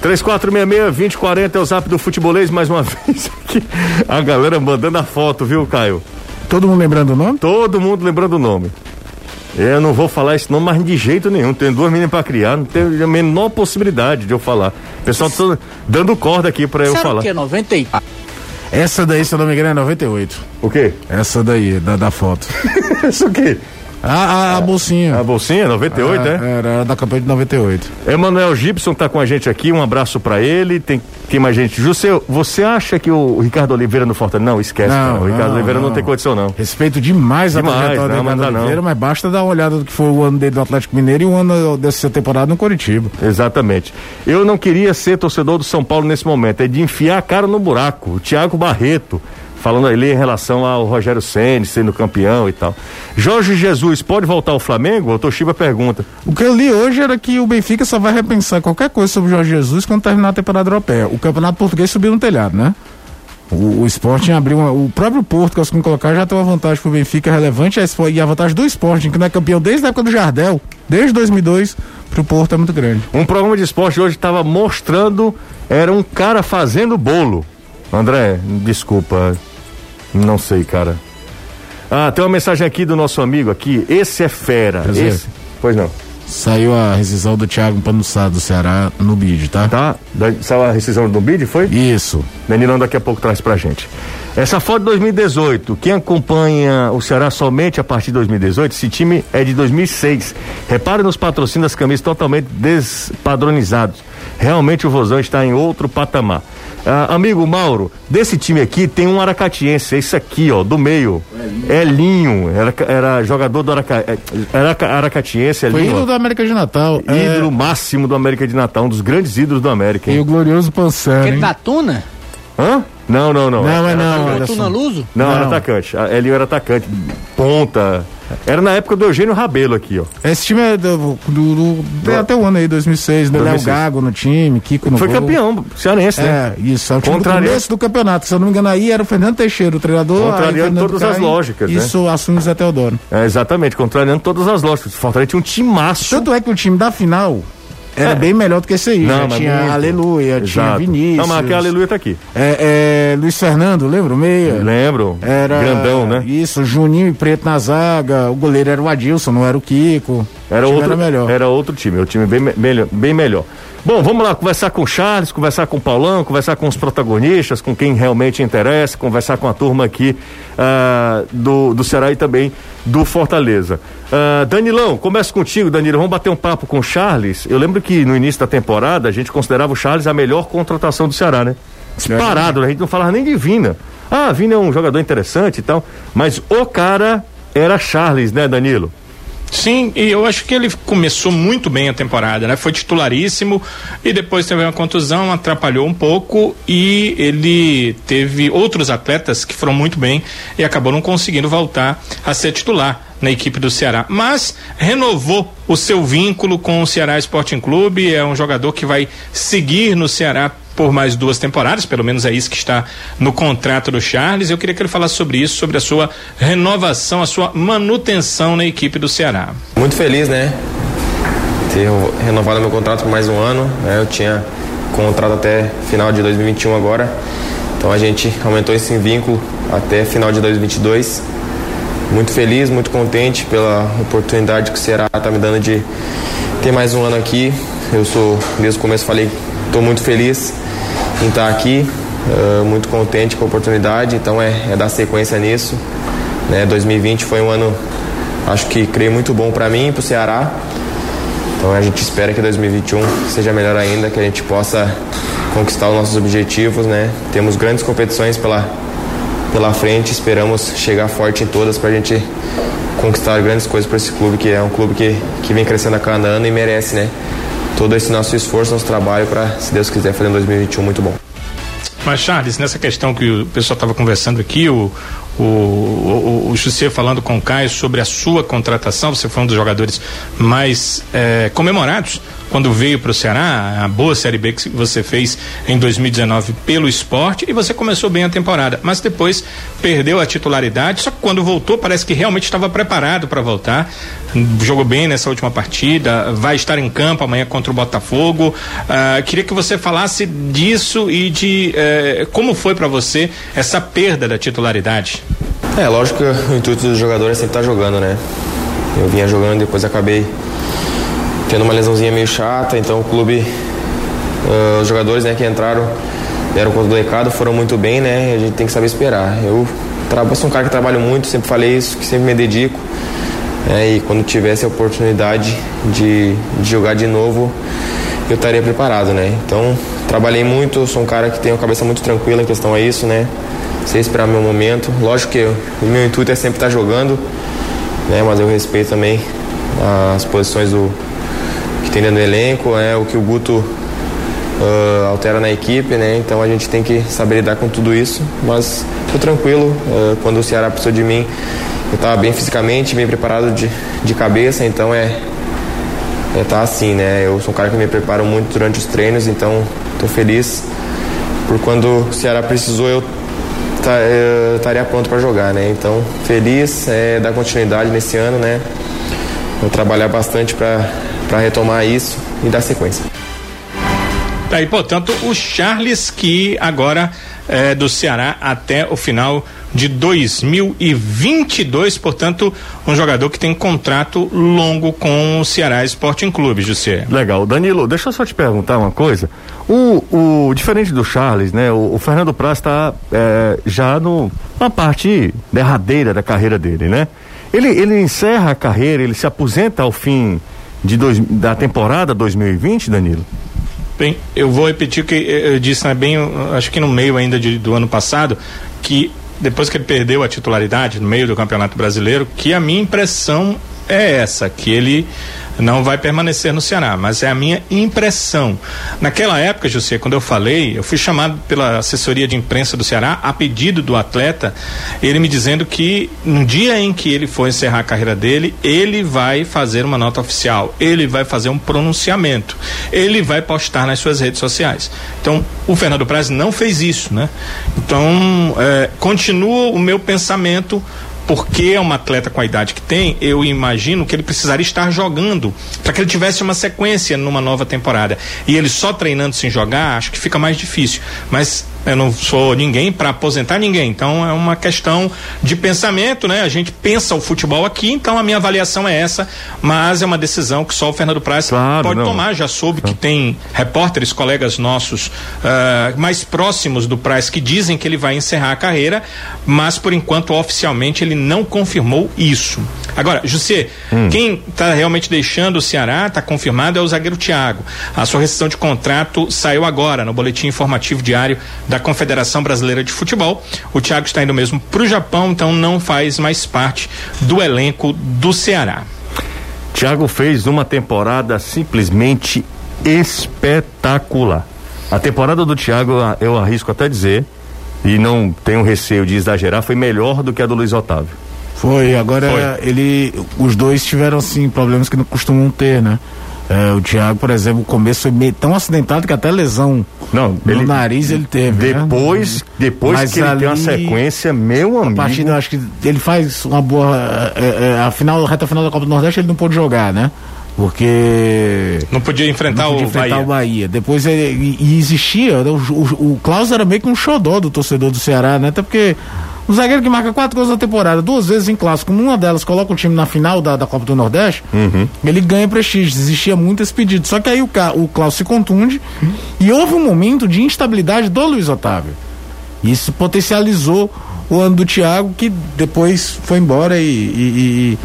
3466-2040 é o zap do Futebolês, mais uma vez aqui. A galera mandando a foto, viu, Caio? Todo mundo lembrando o nome? Todo mundo lembrando o nome. Eu não vou falar esse nome, mas de jeito nenhum. Tem 2 meninas pra criar, não tem a menor possibilidade de eu falar. O pessoal tá dando corda aqui pra eu falar. O que é 90? Essa daí, se eu não me engano, é 98. O quê? Essa daí, da foto. Isso o quê? A bolsinha. A bolsinha, 98, Era da campanha de 98. Emanuel Gibson tá com a gente aqui, um abraço pra ele. Tem mais gente. José, você acha que o Ricardo Oliveira no Fortaleza? Não, esquece. Não, o Ricardo Oliveira não tem condição, não. Respeito demais a trajetória do Ricardo Oliveira, mas basta dar uma olhada do que foi o ano dele do Atlético Mineiro e o ano dessa temporada no Coritiba. Exatamente. Eu não queria ser torcedor do São Paulo nesse momento, é de enfiar a cara no buraco. O Thiago Barreto, falando ali em relação ao Rogério Ceni sendo campeão e tal. Jorge Jesus pode voltar ao Flamengo? O Toshiba pergunta. O que eu li hoje era que o Benfica só vai repensar qualquer coisa sobre o Jorge Jesus quando terminar a temporada europeia. O campeonato português subiu no telhado, né? O Sporting abriu o próprio Porto, que é o segundo colocado, já tem uma vantagem pro Benfica relevante, e a vantagem do Sporting, que não é campeão desde a época do Jardel, desde 2002, pro Porto é muito grande. Um programa de esporte hoje estava mostrando, era um cara fazendo bolo. André, desculpa, não sei, cara. Tem uma mensagem aqui do nosso amigo aqui, esse é fera. Esse... Pois não. Saiu a rescisão do Thiago Panussado do Ceará no BID, tá? Tá? Saiu a rescisão do BID, foi? Isso. Danilão daqui a pouco traz pra gente. Essa foto de 2018, quem acompanha o Ceará somente a partir de 2018, esse time é de 2006. Repare nos patrocínios das camisas totalmente despadronizados. Realmente o Vozão está em outro patamar. Amigo Mauro, desse time aqui tem um aracatiense, esse aqui, ó, do meio. Elinho, era jogador do aracatiense. Foi ídolo do América de Natal. Ídolo máximo do América de Natal, um dos grandes ídolos do América. E o glorioso Pansano. Aquele da Tuna? Hã? Não. Não. Tuna Luso? Não, era atacante. Elinho era atacante. Ponta. Era na época do Eugênio Rabelo aqui, ó. Esse time é até o ano aí, 2006, né? Léo Gago no time, Kiko no Foi gol. campeão cearense, né? Isso, é o time do começo do campeonato, se eu não me engano aí era o Fernando Teixeira, o treinador. Contrariando todas as lógicas, né? Isso assume o Zé Teodoro. Exatamente, contrariando todas as lógicas. O Fortaleza tinha um timaço. Tanto é que o time da final era bem melhor do que esse aí. Não, tinha muito. Aleluia, tinha Vinícius. Não, mas aqui a Aleluia tá aqui. Luiz Fernando, lembra o meia? Lembro. Era grandão, né? Isso, Juninho e Preto na zaga, o goleiro era o Adilson, não era o Kiko. Era outro time, o time bem melhor. Bom, vamos lá conversar com o Charles, conversar com o Paulão, conversar com os protagonistas, com quem realmente interessa, conversar com a turma aqui do Ceará e também do Fortaleza. Danilão, começa contigo, Danilo, vamos bater um papo com o Charles. Eu lembro que no início da temporada a gente considerava o Charles a melhor contratação do Ceará, né? Disparado, a gente não falava nem de Vina. Vina é um jogador interessante e tal, mas o cara era Charles, né, Danilo? Sim, e eu acho que ele começou muito bem a temporada, né? Foi titularíssimo e depois teve uma contusão, atrapalhou um pouco e ele teve outros atletas que foram muito bem e acabou não conseguindo voltar a ser titular na equipe do Ceará, mas renovou o seu vínculo com o Ceará Sporting Clube, é um jogador que vai seguir no Ceará por mais 2 temporadas, pelo menos é isso que está no contrato do Charles. Eu queria que ele falasse sobre isso, sobre a sua renovação, a sua manutenção na equipe do Ceará. Muito feliz, né? Ter renovado meu contrato por mais um ano, né? Eu tinha contrato até final de 2021 agora, então a gente aumentou esse vínculo até final de 2022. Muito feliz, muito contente pela oportunidade que o Ceará está me dando de ter mais um ano aqui. Desde o começo falei, estou muito feliz em estar aqui, muito contente com a oportunidade, então é dar sequência nisso, né? 2020 foi um ano, acho que creio muito bom para mim e para o Ceará, então a gente espera que 2021 seja melhor ainda, que a gente possa conquistar os nossos objetivos, né? Temos grandes competições pela frente, esperamos chegar forte em todas para a gente conquistar grandes coisas para esse clube, que é um clube que vem crescendo a cada ano e merece, né? Todo esse nosso esforço, nosso trabalho para, se Deus quiser, fazer um 2021 muito bom. Mas Charles, nessa questão que o pessoal estava conversando aqui, o o José falando com o Caio sobre a sua contratação. Você foi um dos jogadores mais comemorados quando veio para o Ceará, a boa Série B que você fez em 2019 pelo Sport, e você começou bem a temporada, mas depois perdeu a titularidade, só que quando voltou parece que realmente estava preparado para voltar, jogou bem nessa última partida, vai estar em campo amanhã contra o Botafogo. Queria que você falasse disso e de como foi para você essa perda da titularidade. Lógico que o intuito do jogador é sempre estar jogando, né? Eu vinha jogando, depois acabei tendo uma lesãozinha meio chata, então o clube, os jogadores, né, que entraram, deram conta do recado, foram muito bem, né? E a gente tem que saber esperar. Eu sou um cara que trabalho muito, sempre falei isso, que sempre me dedico, e quando tivesse a oportunidade de jogar de novo, eu estaria preparado, né? Então, trabalhei muito, sou um cara que tem a cabeça muito tranquila em questão a isso, né? Sei esperar meu momento. Lógico que o meu intuito é sempre estar jogando, né? Mas eu respeito também as posições que tem dentro do elenco, o que o Guto altera na equipe, né? Então a gente tem que saber lidar com tudo isso, mas tô tranquilo. Quando o Ceará precisou de mim, eu estava bem fisicamente, bem preparado de cabeça, então tá assim, né? Eu sou um cara que me preparo muito durante os treinos, então tô feliz por quando o Ceará precisou, eu estaria pronto para jogar, né? Então feliz, dar continuidade nesse ano, né? Vou trabalhar bastante para retomar isso e dar sequência. Tá aí, portanto, o Charles, que agora é do Ceará até o final de 2022, portanto, um jogador que tem contrato longo com o Ceará Sporting Clube, José. Legal. Danilo, deixa eu só te perguntar uma coisa. Diferente do Charles, né? O Fernando Praz está já na parte derradeira da carreira dele, né? Ele encerra a carreira, ele se aposenta ao fim da temporada 2020, Danilo? Bem, eu vou repetir o que eu disse, né, acho que no meio ainda do ano passado, que depois que ele perdeu a titularidade no meio do Campeonato Brasileiro, que a minha impressão é essa, que ele não vai permanecer no Ceará, mas é a minha impressão. Naquela época, José, quando eu falei, eu fui chamado pela assessoria de imprensa do Ceará a pedido do atleta, ele me dizendo que no dia em que ele for encerrar a carreira dele, ele vai fazer uma nota oficial, ele vai fazer um pronunciamento, ele vai postar nas suas redes sociais. Então, o Fernando Praz não fez isso, né? Então, continua o meu pensamento. Porque é um atleta com a idade que tem, eu imagino que ele precisaria estar jogando para que ele tivesse uma sequência numa nova temporada. E ele só treinando sem jogar, acho que fica mais difícil. Mas eu não sou ninguém para aposentar ninguém, então é uma questão de pensamento, né? A gente pensa o futebol aqui, então a minha avaliação é essa, mas é uma decisão que só o Fernando Praz pode tomar. Já soube que tem repórteres, colegas nossos mais próximos do Praz que dizem que ele vai encerrar a carreira, mas por enquanto oficialmente ele não confirmou isso. Agora, José, quem está realmente deixando o Ceará, está confirmado, é o zagueiro Thiago. A sua rescisão de contrato saiu agora no boletim informativo diário da Confederação Brasileira de Futebol. O Thiago está indo mesmo para o Japão, então não faz mais parte do elenco do Ceará. Thiago fez uma temporada simplesmente espetacular. A temporada do Thiago, eu arrisco até dizer, e não tenho receio de exagerar, foi melhor do que a do Luiz Otávio. Foi, agora os dois tiveram assim problemas que não costumam ter, né? O Thiago, por exemplo, o começo foi meio tão acidentado que até lesão no nariz ele teve. Depois que ele tem uma sequência, meu amigo. A partida, eu acho que ele faz uma boa. A reta final da Copa do Nordeste ele não pôde jogar, né? Porque não podia enfrentar o Bahia. Depois existia, o Klaus era meio que um xodó do torcedor do Ceará, né? Até porque um zagueiro que marca 4 gols na temporada, 2 vezes em clássico, numa delas coloca o time na final da Copa do Nordeste, ele ganha prestígio. Existia muito esse pedido. Só que aí o Klaus se contunde e houve um momento de instabilidade do Luiz Otávio. Isso potencializou o ano do Thiago, que depois foi embora e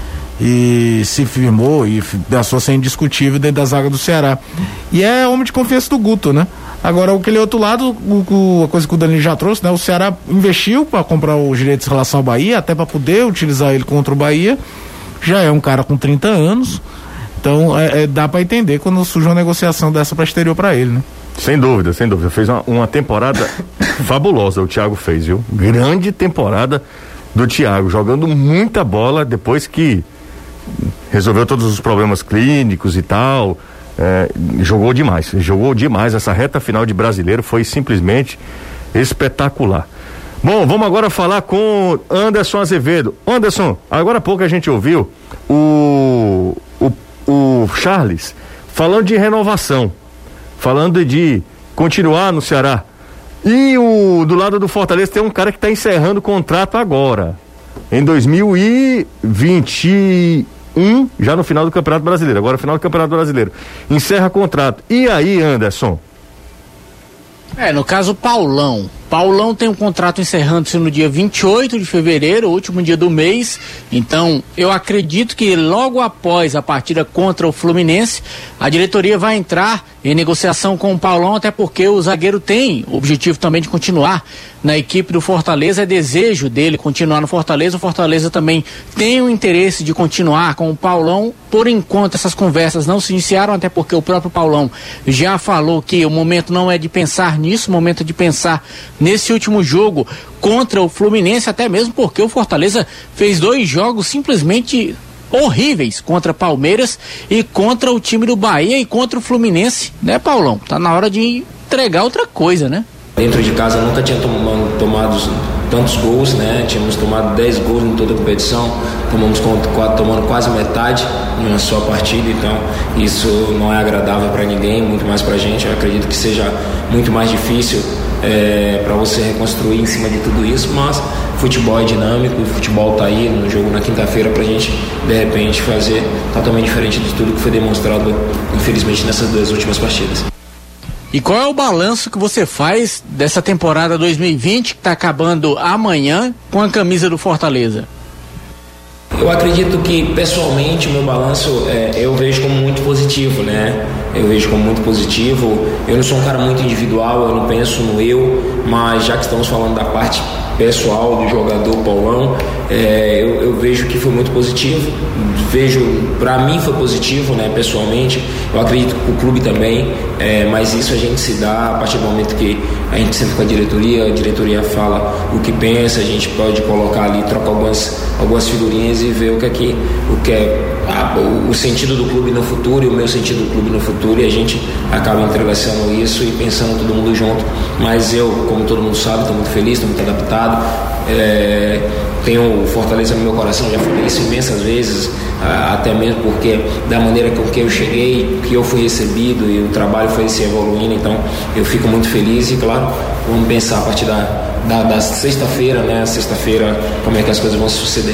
se firmou e passou a ser indiscutível dentro da zaga do Ceará. E é homem de confiança do Guto, né? Agora, aquele outro lado, a coisa que o Danilo já trouxe, né? O Ceará investiu para comprar os direitos em relação ao Bahia, até para poder utilizar ele contra o Bahia. Já é um cara com 30 anos, então dá para entender quando surge uma negociação dessa para exterior para ele, né? Sem dúvida. Fez uma temporada fabulosa, o Thiago fez, viu? Grande temporada do Thiago, jogando muita bola depois que resolveu todos os problemas clínicos e tal. Jogou demais. Essa reta final de Brasileiro foi simplesmente espetacular. Bom, vamos agora falar com Anderson Azevedo. Anderson, agora há pouco a gente ouviu o Charles falando de renovação, falando de continuar no Ceará. E do lado do Fortaleza tem um cara que está encerrando o contrato agora, em 2021, já no final do Campeonato Brasileiro. Agora, final do Campeonato Brasileiro, encerra contrato. E aí, Anderson? No caso, Paulão tem um contrato encerrando-se no dia 28 de fevereiro, último dia do mês. Então, eu acredito que logo após a partida contra o Fluminense, a diretoria vai entrar em negociação com o Paulão, até porque o zagueiro tem o objetivo também de continuar na equipe do Fortaleza, é desejo dele continuar no Fortaleza. O Fortaleza também tem o interesse de continuar com o Paulão. Por enquanto, essas conversas não se iniciaram, até porque o próprio Paulão já falou que o momento não é de pensar nisso, o momento é de pensar nesse último jogo contra o Fluminense, até mesmo porque o Fortaleza fez 2 jogos simplesmente horríveis contra Palmeiras e contra o time do Bahia e contra o Fluminense, né, Paulão? Tá na hora de entregar outra coisa, né? Dentro de casa nunca tinha tomado tantos gols, né? Tínhamos tomado 10 gols em toda a competição, tomando quase metade em uma só partida, então isso não é agradável para ninguém, muito mais para a gente. Eu acredito que seja muito mais difícil para você reconstruir em cima de tudo isso, mas futebol é dinâmico, o futebol tá aí no jogo na quinta-feira pra gente de repente fazer totalmente diferente de tudo que foi demonstrado, infelizmente, nessas 2 últimas partidas. E qual é o balanço que você faz dessa temporada 2020 que está acabando amanhã com a camisa do Fortaleza? Eu acredito que, pessoalmente, o meu balanço eu vejo como muito positivo, né? Eu vejo como muito positivo. Eu não sou um cara muito individual, eu não penso no eu, mas já que estamos falando da parte pessoal do jogador Paulão, eu vejo que foi muito positivo. Para mim foi positivo, né, pessoalmente. Eu acredito que o clube também, mas isso a gente se dá a partir do momento que a gente senta com a diretoria fala o que pensa, a gente pode colocar ali, trocar algumas figurinhas e ver o que é o sentido do clube no futuro e o meu sentido do clube no futuro, e a gente acaba entrelaçando isso e pensando todo mundo junto. Mas eu, como todo mundo sabe, estou muito feliz, estou muito adaptado, tenho Fortaleza no meu coração, já falei isso imensas vezes, até mesmo porque da maneira com que eu cheguei, que eu fui recebido e o trabalho foi se evoluindo, então eu fico muito feliz. E claro, vamos pensar a partir da sexta-feira, né? Sexta-feira, como é que as coisas vão suceder.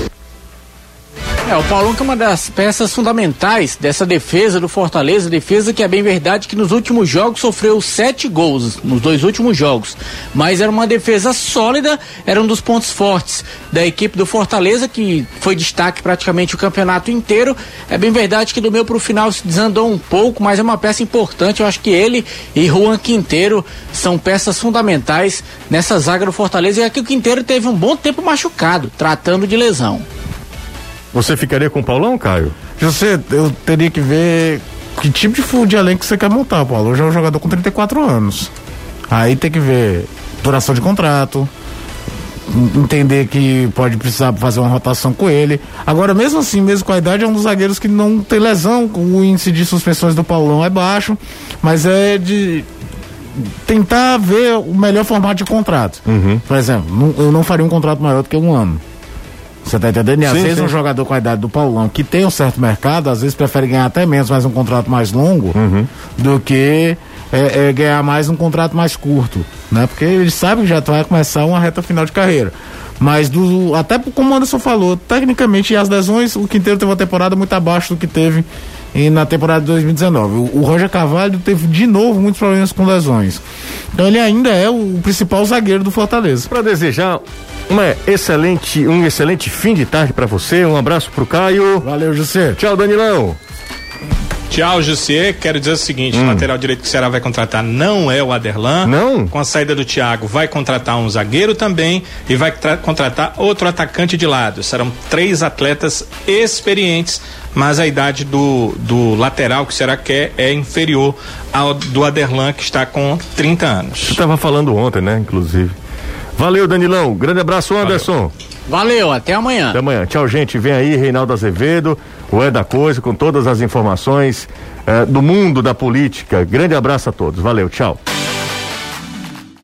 O Paulão que é uma das peças fundamentais dessa defesa do Fortaleza, defesa que é bem verdade que nos últimos jogos sofreu 7 gols, nos 2 últimos jogos, mas era uma defesa sólida, era um dos pontos fortes da equipe do Fortaleza, que foi destaque praticamente o campeonato inteiro. É bem verdade que do meio pro final se desandou um pouco, mas é uma peça importante. Eu acho que ele e Juan Quinteiro são peças fundamentais nessa zaga do Fortaleza, e aqui o Quinteiro teve um bom tempo machucado, tratando de lesão. Você ficaria com o Paulão, Caio? Eu teria que ver que tipo de elenco você quer montar, Paulo. Hoje é um jogador com 34 anos. Aí tem que ver duração de contrato, entender que pode precisar fazer uma rotação com ele. Agora, mesmo assim, mesmo com a idade, é um dos zagueiros que não tem lesão. O índice de suspensões do Paulão é baixo, mas é de tentar ver o melhor formato de contrato. Por exemplo, eu não faria um contrato maior do que 1 ano. Você tá entendendo? E às vezes um jogador com a idade do Paulão, que tem um certo mercado, às vezes prefere ganhar até menos, mas um contrato mais longo, do que ganhar mais um contrato mais curto, né? Porque ele sabe que já vai começar uma reta final de carreira. Mas até como o Anderson falou, tecnicamente as lesões, o Quinteiro teve uma temporada muito abaixo do que teve na temporada de 2019. O Roger Carvalho teve de novo muitos problemas com lesões. Então ele ainda é o principal zagueiro do Fortaleza. Para desejar um excelente fim de tarde para você, um abraço pro Caio. Valeu, José. Tchau, Danilão. Tchau, José. Quero dizer o seguinte: o lateral direito que o Ceará vai contratar não é o Aderlan. Não? Com a saída do Thiago, vai contratar um zagueiro também e vai contratar outro atacante de lado. Serão 3 atletas experientes, mas a idade do lateral que o Ceará quer é inferior ao do Aderlan, que está com 30 anos. Você estava falando ontem, né, inclusive. Valeu, Danilão. Grande abraço, Anderson. Valeu. Valeu, até amanhã. Até amanhã. Tchau, gente. Vem aí Reinaldo Azevedo, o É da Coisa, com todas as informações do mundo da política. Grande abraço a todos. Valeu, tchau.